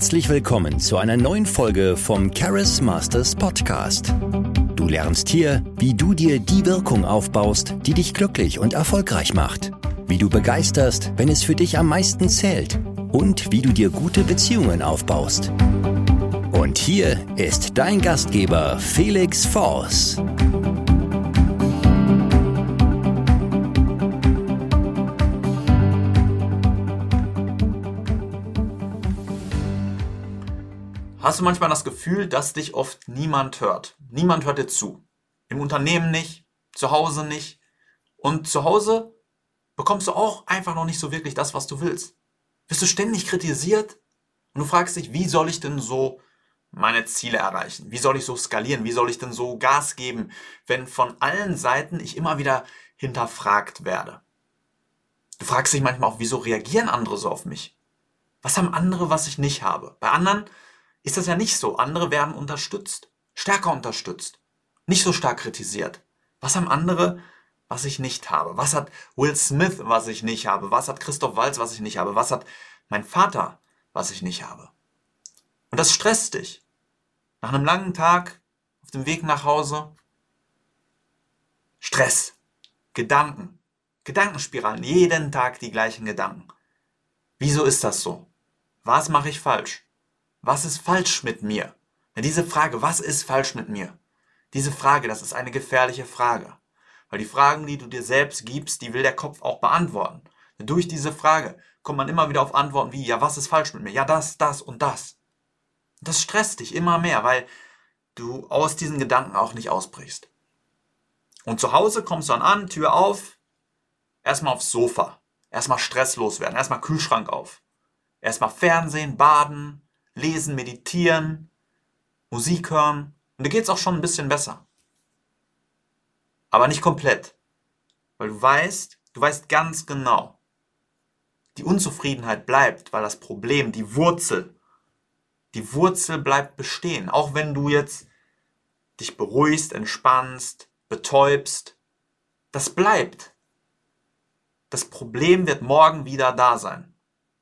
Herzlich willkommen zu einer neuen Folge vom Charis Masters Podcast. Du lernst hier, wie du dir die Wirkung aufbaust, die dich glücklich und erfolgreich macht. Wie du begeisterst, wenn es für dich am meisten zählt. Und wie du dir gute Beziehungen aufbaust. Und hier ist dein Gastgeber Felix Voss. Hast du manchmal das Gefühl, dass dich oft niemand hört? Niemand hört dir zu. Im Unternehmen nicht, zu Hause nicht. Und zu Hause bekommst du auch einfach noch nicht so wirklich das, was du willst. Wirst du ständig kritisiert und du fragst dich, wie soll ich denn so meine Ziele erreichen? Wie soll ich so skalieren? Wie soll ich denn so Gas geben, wenn von allen Seiten ich immer wieder hinterfragt werde? Du fragst dich manchmal auch, wieso reagieren andere so auf mich? Was haben andere, was ich nicht habe? Bei anderen ist das ja nicht so. Andere werden unterstützt, stärker unterstützt, nicht so stark kritisiert. Was haben andere, was ich nicht habe? Was hat Will Smith, was ich nicht habe? Was hat Christoph Waltz, was ich nicht habe? Was hat mein Vater, was ich nicht habe? Und das stresst dich. Nach einem langen Tag, auf dem Weg nach Hause, Stress, Gedanken, Gedankenspiralen, jeden Tag die gleichen Gedanken. Wieso ist das so? Was mache ich falsch? Was ist falsch mit mir? Ja, diese Frage, was ist falsch mit mir? Diese Frage, das ist eine gefährliche Frage. Weil die Fragen, die du dir selbst gibst, die will der Kopf auch beantworten. Denn durch diese Frage kommt man immer wieder auf Antworten wie, ja, was ist falsch mit mir? Ja, das und das. Und das stresst dich immer mehr, weil du aus diesen Gedanken auch nicht ausbrichst. Und zu Hause kommst du dann an, Tür auf, erstmal aufs Sofa, erstmal stresslos werden, erstmal Kühlschrank auf, erstmal Fernsehen, baden, lesen, meditieren, Musik hören. Und dir geht's auch schon ein bisschen besser. Aber nicht komplett. Weil du weißt ganz genau, die Unzufriedenheit bleibt, weil das Problem, die Wurzel bleibt bestehen. Auch wenn du jetzt dich beruhigst, entspannst, betäubst, das bleibt. Das Problem wird morgen wieder da sein.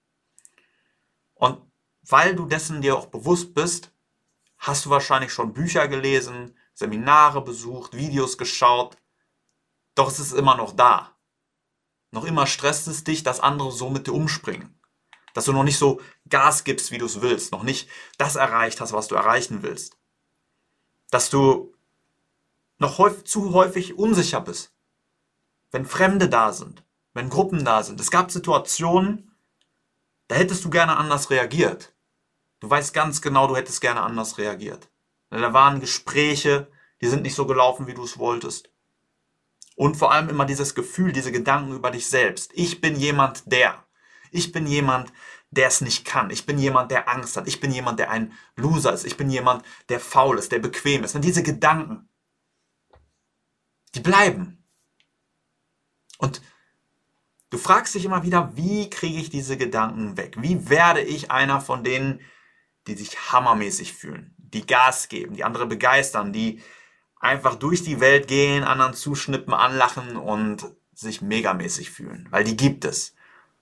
Und weil du dessen dir auch bewusst bist, hast du wahrscheinlich schon Bücher gelesen, Seminare besucht, Videos geschaut, doch es ist immer noch da. Noch immer stresst es dich, dass andere so mit dir umspringen. Dass du noch nicht so Gas gibst, wie du es willst, noch nicht das erreicht hast, was du erreichen willst. Dass du noch zu häufig unsicher bist, wenn Fremde da sind, wenn Gruppen da sind. Es gab Situationen, da hättest du gerne anders reagiert. Du weißt ganz genau, du hättest gerne anders reagiert. Da waren Gespräche, die sind nicht so gelaufen, wie du es wolltest. Und vor allem immer dieses Gefühl, diese Gedanken über dich selbst. Ich bin jemand, der es nicht kann. Ich bin jemand, der Angst hat. Ich bin jemand, der ein Loser ist. Ich bin jemand, der faul ist, der bequem ist. Und diese Gedanken, die bleiben. Und du fragst dich immer wieder, wie kriege ich diese Gedanken weg? Wie werde ich einer von denen, die sich hammermäßig fühlen, die Gas geben, die andere begeistern, die einfach durch die Welt gehen, anderen zuschnippen, anlachen und sich megamäßig fühlen, weil die gibt es.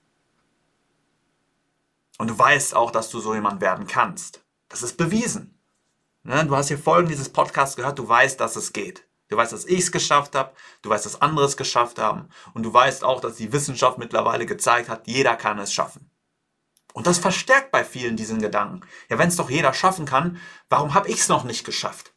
Und du weißt auch, dass du so jemand werden kannst. Das ist bewiesen. Du hast hier Folgen dieses Podcasts gehört, du weißt, dass es geht. Du weißt, dass ich es geschafft habe, du weißt, dass andere es geschafft haben und du weißt auch, dass die Wissenschaft mittlerweile gezeigt hat, jeder kann es schaffen. Und das verstärkt bei vielen diesen Gedanken. Ja, wenn es doch jeder schaffen kann, warum habe ich es noch nicht geschafft?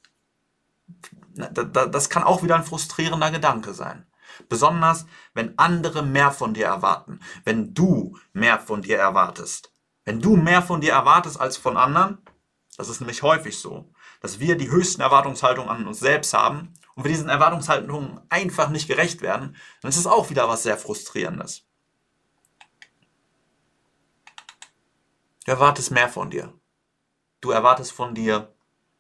Das kann auch wieder ein frustrierender Gedanke sein. Besonders, wenn andere mehr von dir erwarten. Wenn du mehr von dir erwartest. Wenn du mehr von dir erwartest als von anderen, das ist nämlich häufig so, dass wir die höchsten Erwartungshaltungen an uns selbst haben und wir diesen Erwartungshaltungen einfach nicht gerecht werden, dann ist es auch wieder was sehr Frustrierendes. Du erwartest mehr von dir. Du erwartest von dir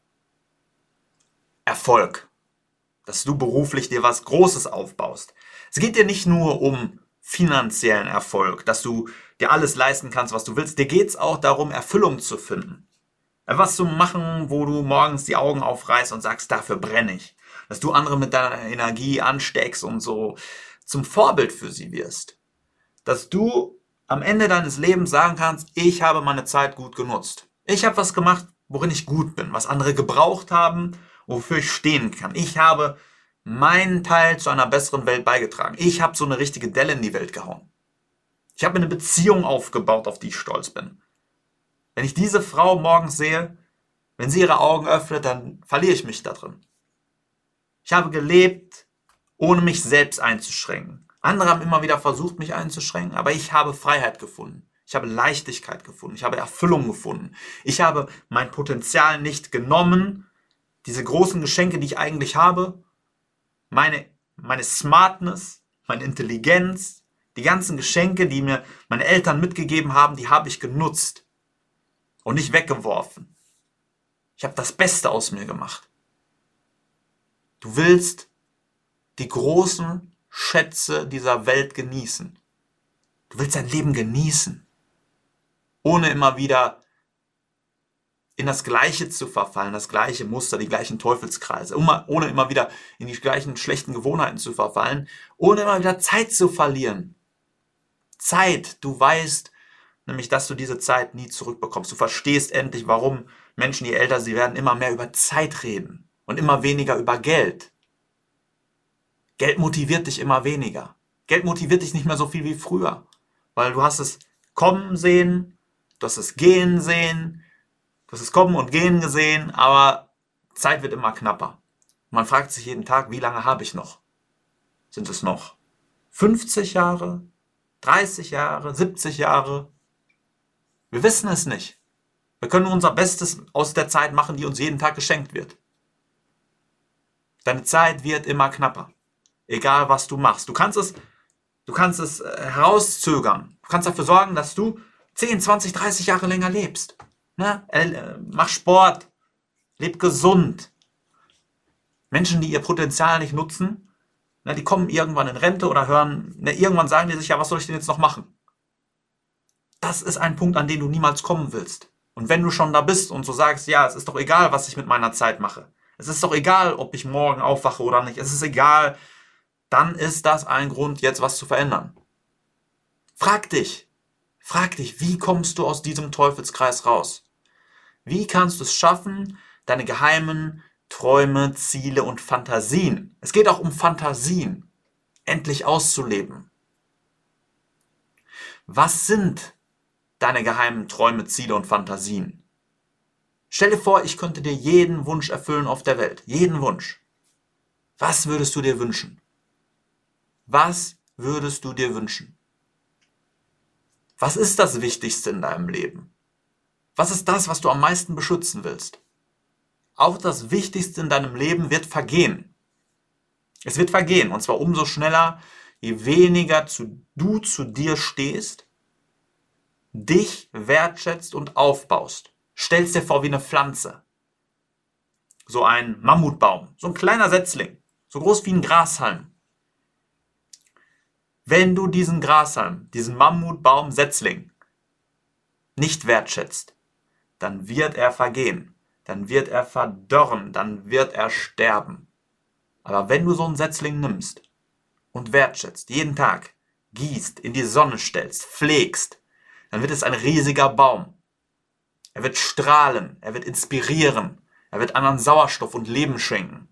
Erfolg. Dass du beruflich dir was Großes aufbaust. Es geht dir nicht nur um finanziellen Erfolg, dass du dir alles leisten kannst, was du willst. Dir geht es auch darum, Erfüllung zu finden. Etwas zu machen, wo du morgens die Augen aufreißt und sagst, dafür brenne ich. Dass du andere mit deiner Energie ansteckst und so zum Vorbild für sie wirst. Dass du am Ende deines Lebens sagen kannst, ich habe meine Zeit gut genutzt. Ich habe was gemacht, worin ich gut bin, was andere gebraucht haben, wofür ich stehen kann. Ich habe meinen Teil zu einer besseren Welt beigetragen. Ich habe so eine richtige Delle in die Welt gehauen. Ich habe eine Beziehung aufgebaut, auf die ich stolz bin. Wenn ich diese Frau morgens sehe, wenn sie ihre Augen öffnet, dann verliere ich mich da drin. Ich habe gelebt, ohne mich selbst einzuschränken. Andere haben immer wieder versucht, mich einzuschränken, aber ich habe Freiheit gefunden. Ich habe Leichtigkeit gefunden. Ich habe Erfüllung gefunden. Ich habe mein Potenzial nicht genommen, diese großen Geschenke, die ich eigentlich habe, meine Smartness, meine Intelligenz, die ganzen Geschenke, die mir meine Eltern mitgegeben haben, die habe ich genutzt und nicht weggeworfen. Ich habe das Beste aus mir gemacht. Du willst die großen Schätze dieser Welt genießen. Du willst dein Leben genießen, ohne immer wieder in das Gleiche zu verfallen, das gleiche Muster, die gleichen Teufelskreise, ohne immer wieder in die gleichen schlechten Gewohnheiten zu verfallen, ohne immer wieder Zeit zu verlieren. Zeit, du weißt nämlich, dass du diese Zeit nie zurückbekommst. Du verstehst endlich, warum Menschen, je älter sie werden, immer mehr über Zeit reden und immer weniger über Geld. Geld motiviert dich immer weniger. Geld motiviert dich nicht mehr so viel wie früher, weil du hast es kommen sehen, du hast es gehen sehen, du hast es kommen und gehen gesehen, aber Zeit wird immer knapper. Man fragt sich jeden Tag, wie lange habe ich noch? Sind es noch 50 Jahre, 30 Jahre, 70 Jahre? Wir wissen es nicht. Wir können nur unser Bestes aus der Zeit machen, die uns jeden Tag geschenkt wird. Deine Zeit wird immer knapper. Egal, was du machst. Du kannst es herauszögern. Du kannst dafür sorgen, dass du 10, 20, 30 Jahre länger lebst. Ne? Mach Sport. Leb gesund. Menschen, die ihr Potenzial nicht nutzen, ne, die kommen irgendwann in Rente oder hören, ne, irgendwann sagen die sich, ja, was soll ich denn jetzt noch machen? Das ist ein Punkt, an den du niemals kommen willst. Und wenn du schon da bist und so sagst, ja, es ist doch egal, was ich mit meiner Zeit mache. Es ist doch egal, ob ich morgen aufwache oder nicht. Es ist egal, dann ist das ein Grund, jetzt was zu verändern. Frag dich, wie kommst du aus diesem Teufelskreis raus? Wie kannst du es schaffen, deine geheimen Träume, Ziele und Fantasien, es geht auch um Fantasien, endlich auszuleben? Was sind deine geheimen Träume, Ziele und Fantasien? Stell dir vor, ich könnte dir jeden Wunsch erfüllen auf der Welt. Jeden Wunsch. Was würdest du dir wünschen? Was würdest du dir wünschen? Was ist das Wichtigste in deinem Leben? Was ist das, was du am meisten beschützen willst? Auch das Wichtigste in deinem Leben wird vergehen. Es wird vergehen, und zwar umso schneller, je weniger du zu dir stehst, dich wertschätzt und aufbaust. Stellst dir vor wie eine Pflanze. So ein Mammutbaum, so ein kleiner Setzling, so groß wie ein Grashalm. Wenn du diesen Grashalm, diesen Mammutbaum Setzling nicht wertschätzt, dann wird er vergehen, dann wird er verdorren, dann wird er sterben. Aber wenn du so einen Setzling nimmst und wertschätzt, jeden Tag gießt, in die Sonne stellst, pflegst, dann wird es ein riesiger Baum. Er wird strahlen, er wird inspirieren, er wird anderen Sauerstoff und Leben schenken.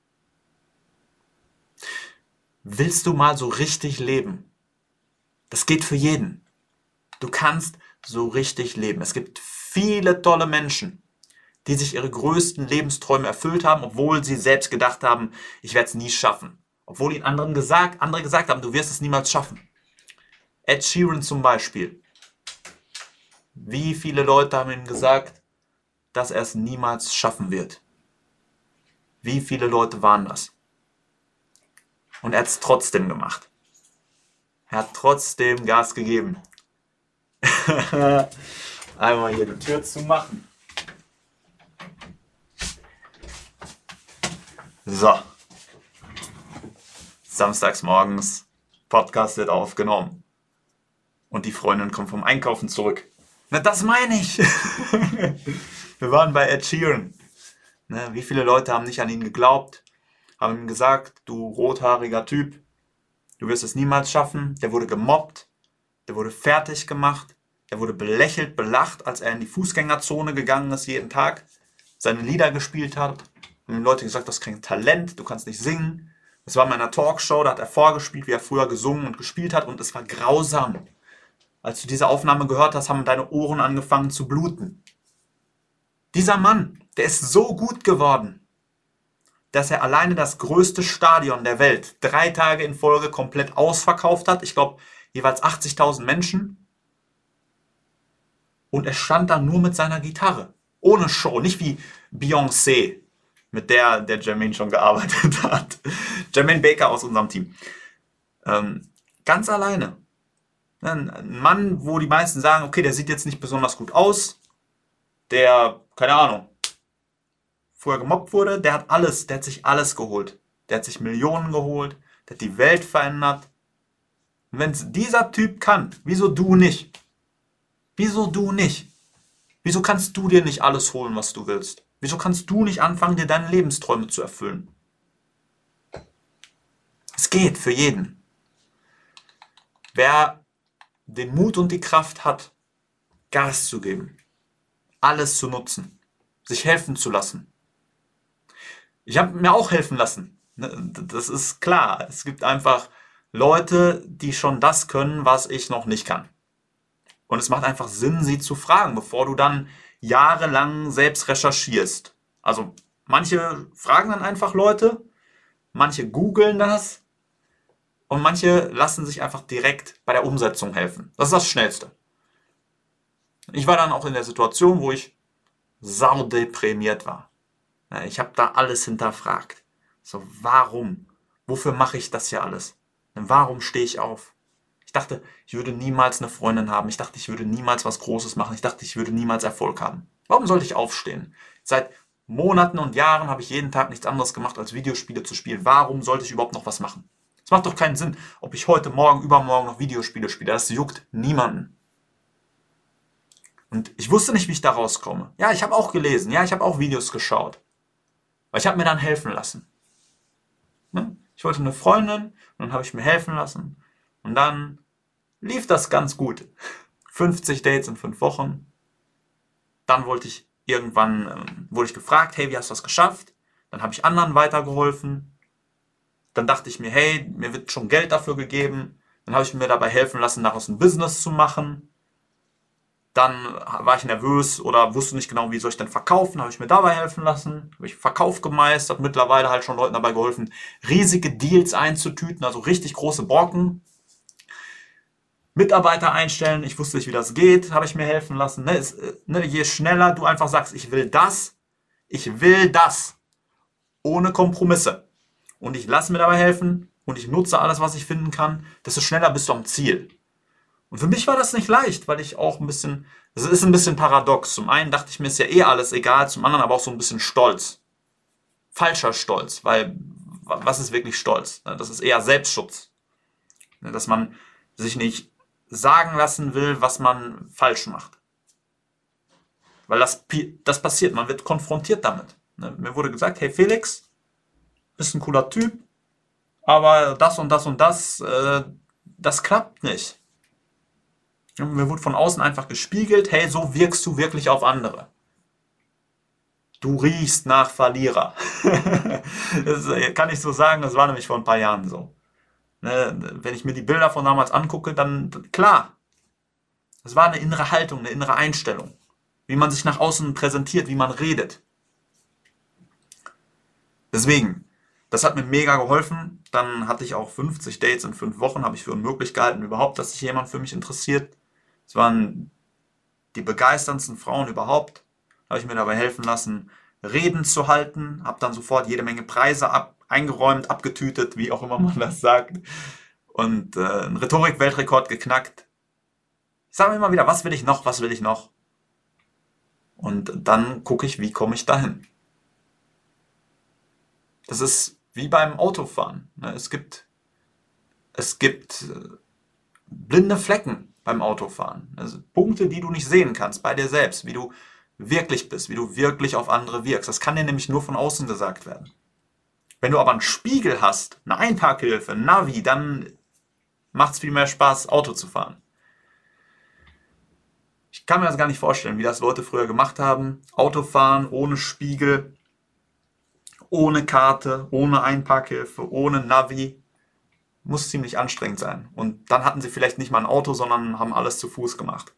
Willst du mal so richtig leben? Das geht für jeden. Du kannst so richtig leben. Es gibt viele tolle Menschen, die sich ihre größten Lebensträume erfüllt haben, obwohl sie selbst gedacht haben, ich werde es nie schaffen. Obwohl ihnen andere gesagt haben, du wirst es niemals schaffen. Ed Sheeran zum Beispiel. Wie viele Leute haben ihm gesagt, dass er es niemals schaffen wird? Wie viele Leute waren das? Und er hat es trotzdem gemacht. Er hat trotzdem Gas gegeben. Einmal hier die Tür zumachen. So. Samstags morgens, Podcast wird aufgenommen. Und die Freundin kommt vom Einkaufen zurück. Na, das meine ich. Wir waren bei Ed Sheeran. Ne, wie viele Leute haben nicht an ihn geglaubt, haben ihm gesagt, du rothaariger Typ, du wirst es niemals schaffen. Der wurde gemobbt, der wurde fertig gemacht, Er wurde belächelt, belacht, als er in die Fußgängerzone gegangen ist jeden Tag, seine Lieder gespielt hat. Haben ihm Leute gesagt, du hast kein Talent, du kannst nicht singen. Das war in einer Talkshow, da hat er vorgespielt, wie er früher gesungen und gespielt hat, und es war grausam. Als du diese Aufnahme gehört hast, haben deine Ohren angefangen zu bluten. Dieser Mann, der ist so gut geworden, dass er alleine das größte Stadion der Welt 3 Tage in Folge komplett ausverkauft hat. Ich glaube, jeweils 80.000 Menschen. Und er stand da nur mit seiner Gitarre. Ohne Show. Nicht wie Beyoncé, mit der Jermaine schon gearbeitet hat. Jermaine Baker aus unserem Team. Ganz alleine. Ein Mann, wo die meisten sagen, okay, der sieht jetzt nicht besonders gut aus. Der, keine Ahnung, vorher gemobbt wurde, der hat sich alles geholt. Der hat sich Millionen geholt, der hat die Welt verändert. Und wenn es dieser Typ kann, wieso du nicht? Wieso du nicht? Wieso kannst du dir nicht alles holen, was du willst? Wieso kannst du nicht anfangen, dir deine Lebensträume zu erfüllen? Es geht für jeden. Wer den Mut und die Kraft hat, Gas zu geben, alles zu nutzen, sich helfen zu lassen. Ich habe mir auch helfen lassen. Das ist klar. Es gibt einfach Leute, die schon das können, was ich noch nicht kann. Und es macht einfach Sinn, sie zu fragen, bevor du dann jahrelang selbst recherchierst. Also manche fragen dann einfach Leute, manche googeln das und manche lassen sich einfach direkt bei der Umsetzung helfen. Das ist das Schnellste. Ich war dann auch in der Situation, wo ich saudeprimiert war. Ich habe da alles hinterfragt. So, warum? Wofür mache ich das hier alles? Warum stehe ich auf? Ich dachte, ich würde niemals eine Freundin haben. Ich dachte, ich würde niemals was Großes machen. Ich dachte, ich würde niemals Erfolg haben. Warum sollte ich aufstehen? Seit Monaten und Jahren habe ich jeden Tag nichts anderes gemacht, als Videospiele zu spielen. Warum sollte ich überhaupt noch was machen? Es macht doch keinen Sinn, ob ich heute, morgen, übermorgen noch Videospiele spiele. Das juckt niemanden. Und ich wusste nicht, wie ich da rauskomme. Ja, ich habe auch gelesen. Ja, ich habe auch Videos geschaut. Aber ich habe mir dann helfen lassen. Ich wollte eine Freundin und dann habe ich mir helfen lassen. Und dann lief das ganz gut. 50 Dates in 5 Wochen. Dann wurde ich gefragt, hey, wie hast du das geschafft? Dann habe ich anderen weitergeholfen. Dann dachte ich mir, hey, mir wird schon Geld dafür gegeben. Dann habe ich mir dabei helfen lassen, daraus ein Business zu machen. Dann war ich nervös oder wusste nicht genau, wie soll ich denn verkaufen. Habe ich mir dabei helfen lassen. Habe ich Verkauf gemeistert. Mittlerweile halt schon Leuten dabei geholfen, riesige Deals einzutüten, also richtig große Brocken. Mitarbeiter einstellen, ich wusste nicht, wie das geht, habe ich mir helfen lassen. Je schneller du einfach sagst, ich will das, ohne Kompromisse. Und ich lasse mir dabei helfen und ich nutze alles, was ich finden kann, desto schneller bist du am Ziel. Und für mich war das nicht leicht, weil ich auch das ist ein bisschen paradox. Zum einen dachte ich mir, ist ja eh alles egal, zum anderen aber auch so ein bisschen Stolz. Falscher Stolz, weil was ist wirklich Stolz? Das ist eher Selbstschutz. Dass man sich nicht sagen lassen will, was man falsch macht. Weil das passiert, man wird konfrontiert damit. Mir wurde gesagt, hey Felix, bist ein cooler Typ, aber das und das und das, das klappt nicht. Mir wurde von außen einfach gespiegelt, hey, so wirkst du wirklich auf andere. Du riechst nach Verlierer. Das kann ich so sagen, das war nämlich vor ein paar Jahren so. Wenn ich mir die Bilder von damals angucke, dann klar. Das war eine innere Haltung, eine innere Einstellung. Wie man sich nach außen präsentiert, wie man redet. Deswegen, das hat mir mega geholfen. Dann hatte ich auch 50 Dates in 5 Wochen, habe ich für unmöglich gehalten überhaupt, dass sich jemand für mich interessiert. Es waren die begeisterndsten Frauen überhaupt. Habe ich mir dabei helfen lassen, Reden zu halten. Habe dann sofort jede Menge Preise eingeräumt, abgetütet, wie auch immer man das sagt. Und einen Rhetorik-Weltrekord geknackt. Ich sage mir immer wieder, was will ich noch, was will ich noch? Und dann gucke ich, wie komme ich dahin. Das ist wie beim Autofahren. Es gibt blinde Flecken beim Autofahren. Also Punkte, die du nicht sehen kannst bei dir selbst, wie du wirklich bist, wie du wirklich auf andere wirkst. Das kann dir nämlich nur von außen gesagt werden. Wenn du aber einen Spiegel hast, eine Einparkhilfe, ein Navi, dann macht es viel mehr Spaß, Auto zu fahren. kann mir das gar nicht vorstellen, wie das Leute früher gemacht haben. Autofahren ohne Spiegel, ohne Karte, ohne Einparkhilfe, ohne Navi. Muss ziemlich anstrengend sein. Und dann hatten sie vielleicht nicht mal ein Auto, sondern haben alles zu Fuß gemacht.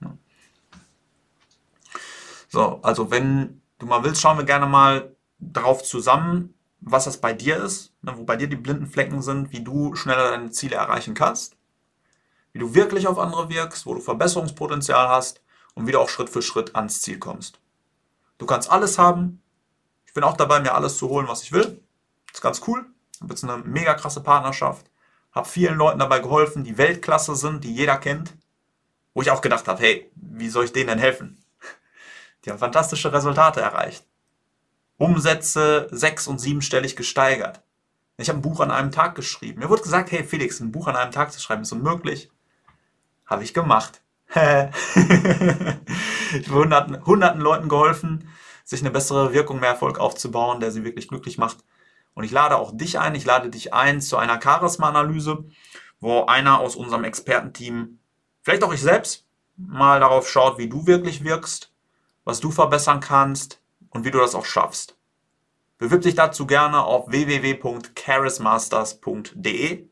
So, also wenn du mal willst, schauen wir gerne mal darauf zusammen, was das bei dir ist, wo bei dir die blinden Flecken sind, wie du schneller deine Ziele erreichen kannst, wie du wirklich auf andere wirkst, wo du Verbesserungspotenzial hast und wie du auch Schritt für Schritt ans Ziel kommst. Du kannst alles haben. Ich bin auch dabei, mir alles zu holen, was ich will. Das ist ganz cool. Ich habe jetzt eine mega krasse Partnerschaft. Habe vielen Leuten dabei geholfen, die Weltklasse sind, die jeder kennt. Wo ich auch gedacht habe, hey, wie soll ich denen denn helfen? Die haben fantastische Resultate erreicht. Umsätze 6- und 7-stellig gesteigert. Ich habe ein Buch an einem Tag geschrieben. Mir wurde gesagt, hey Felix, ein Buch an einem Tag zu schreiben ist unmöglich. Habe ich gemacht. Ich habe hunderten Leuten geholfen, sich eine bessere Wirkung, mehr Erfolg aufzubauen, der sie wirklich glücklich macht. Und ich lade auch dich ein. Ich lade dich ein zu einer Charisma-Analyse, wo einer aus unserem Expertenteam, vielleicht auch ich selbst, mal darauf schaut, wie du wirklich wirkst, was du verbessern kannst und wie du das auch schaffst. Bewirb dich dazu gerne auf www.charismasters.de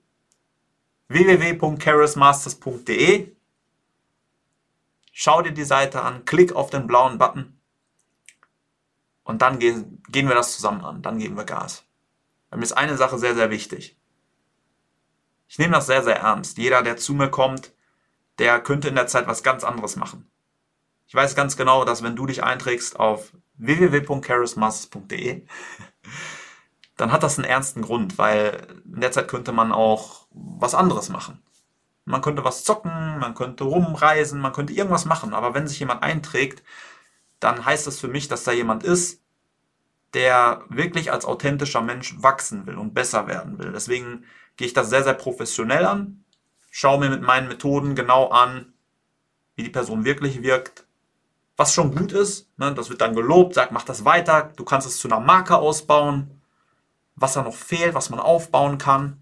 www.charismasters.de. Schau dir die Seite an, klick auf den blauen Button und dann gehen wir das zusammen an, dann geben wir Gas. Mir ist eine Sache sehr, sehr wichtig. Ich nehme das sehr, sehr ernst. Jeder, der zu mir kommt, der könnte in der Zeit was ganz anderes machen. Ich weiß ganz genau, dass wenn du dich einträgst auf www.charismasters.de, dann hat das einen ernsten Grund, weil in der Zeit könnte man auch was anderes machen. Man könnte was zocken, man könnte rumreisen, man könnte irgendwas machen. Aber wenn sich jemand einträgt, dann heißt das für mich, dass da jemand ist, der wirklich als authentischer Mensch wachsen will und besser werden will. Deswegen gehe ich das sehr, sehr professionell an, schaue mir mit meinen Methoden genau an, wie die Person wirklich wirkt, was schon gut ist, ne, das wird dann gelobt, sagt, mach das weiter, du kannst es zu einer Marke ausbauen, was da noch fehlt, was man aufbauen kann.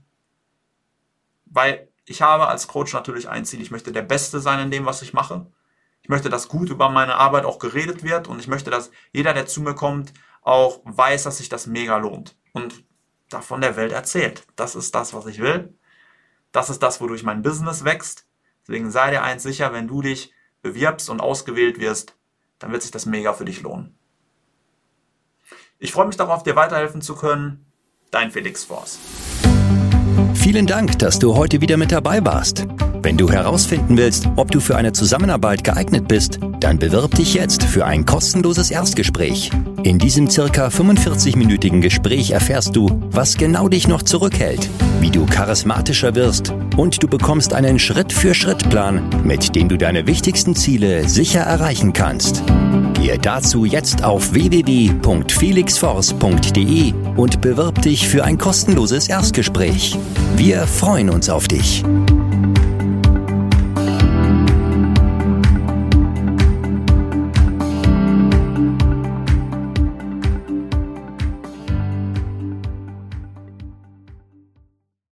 Weil ich habe als Coach natürlich ein Ziel, ich möchte der Beste sein in dem, was ich mache. Ich möchte, dass gut über meine Arbeit auch geredet wird und ich möchte, dass jeder, der zu mir kommt, auch weiß, dass sich das mega lohnt und davon der Welt erzählt. Das ist das, was ich will. Das ist das, wodurch mein Business wächst. Deswegen sei dir eins sicher, wenn du dich bewirbst und ausgewählt wirst, dann wird sich das mega für dich lohnen. Ich freue mich darauf, dir weiterhelfen zu können. Dein Felix Forst. Vielen Dank, dass du heute wieder mit dabei warst. Wenn du herausfinden willst, ob du für eine Zusammenarbeit geeignet bist, dann bewirb dich jetzt für ein kostenloses Erstgespräch. In diesem circa 45-minütigen Gespräch erfährst du, was genau dich noch zurückhält, wie du charismatischer wirst und du bekommst einen Schritt-für-Schritt-Plan, mit dem du deine wichtigsten Ziele sicher erreichen kannst. Gehe dazu jetzt auf www.felixforce.de und bewirb dich für ein kostenloses Erstgespräch. Wir freuen uns auf dich.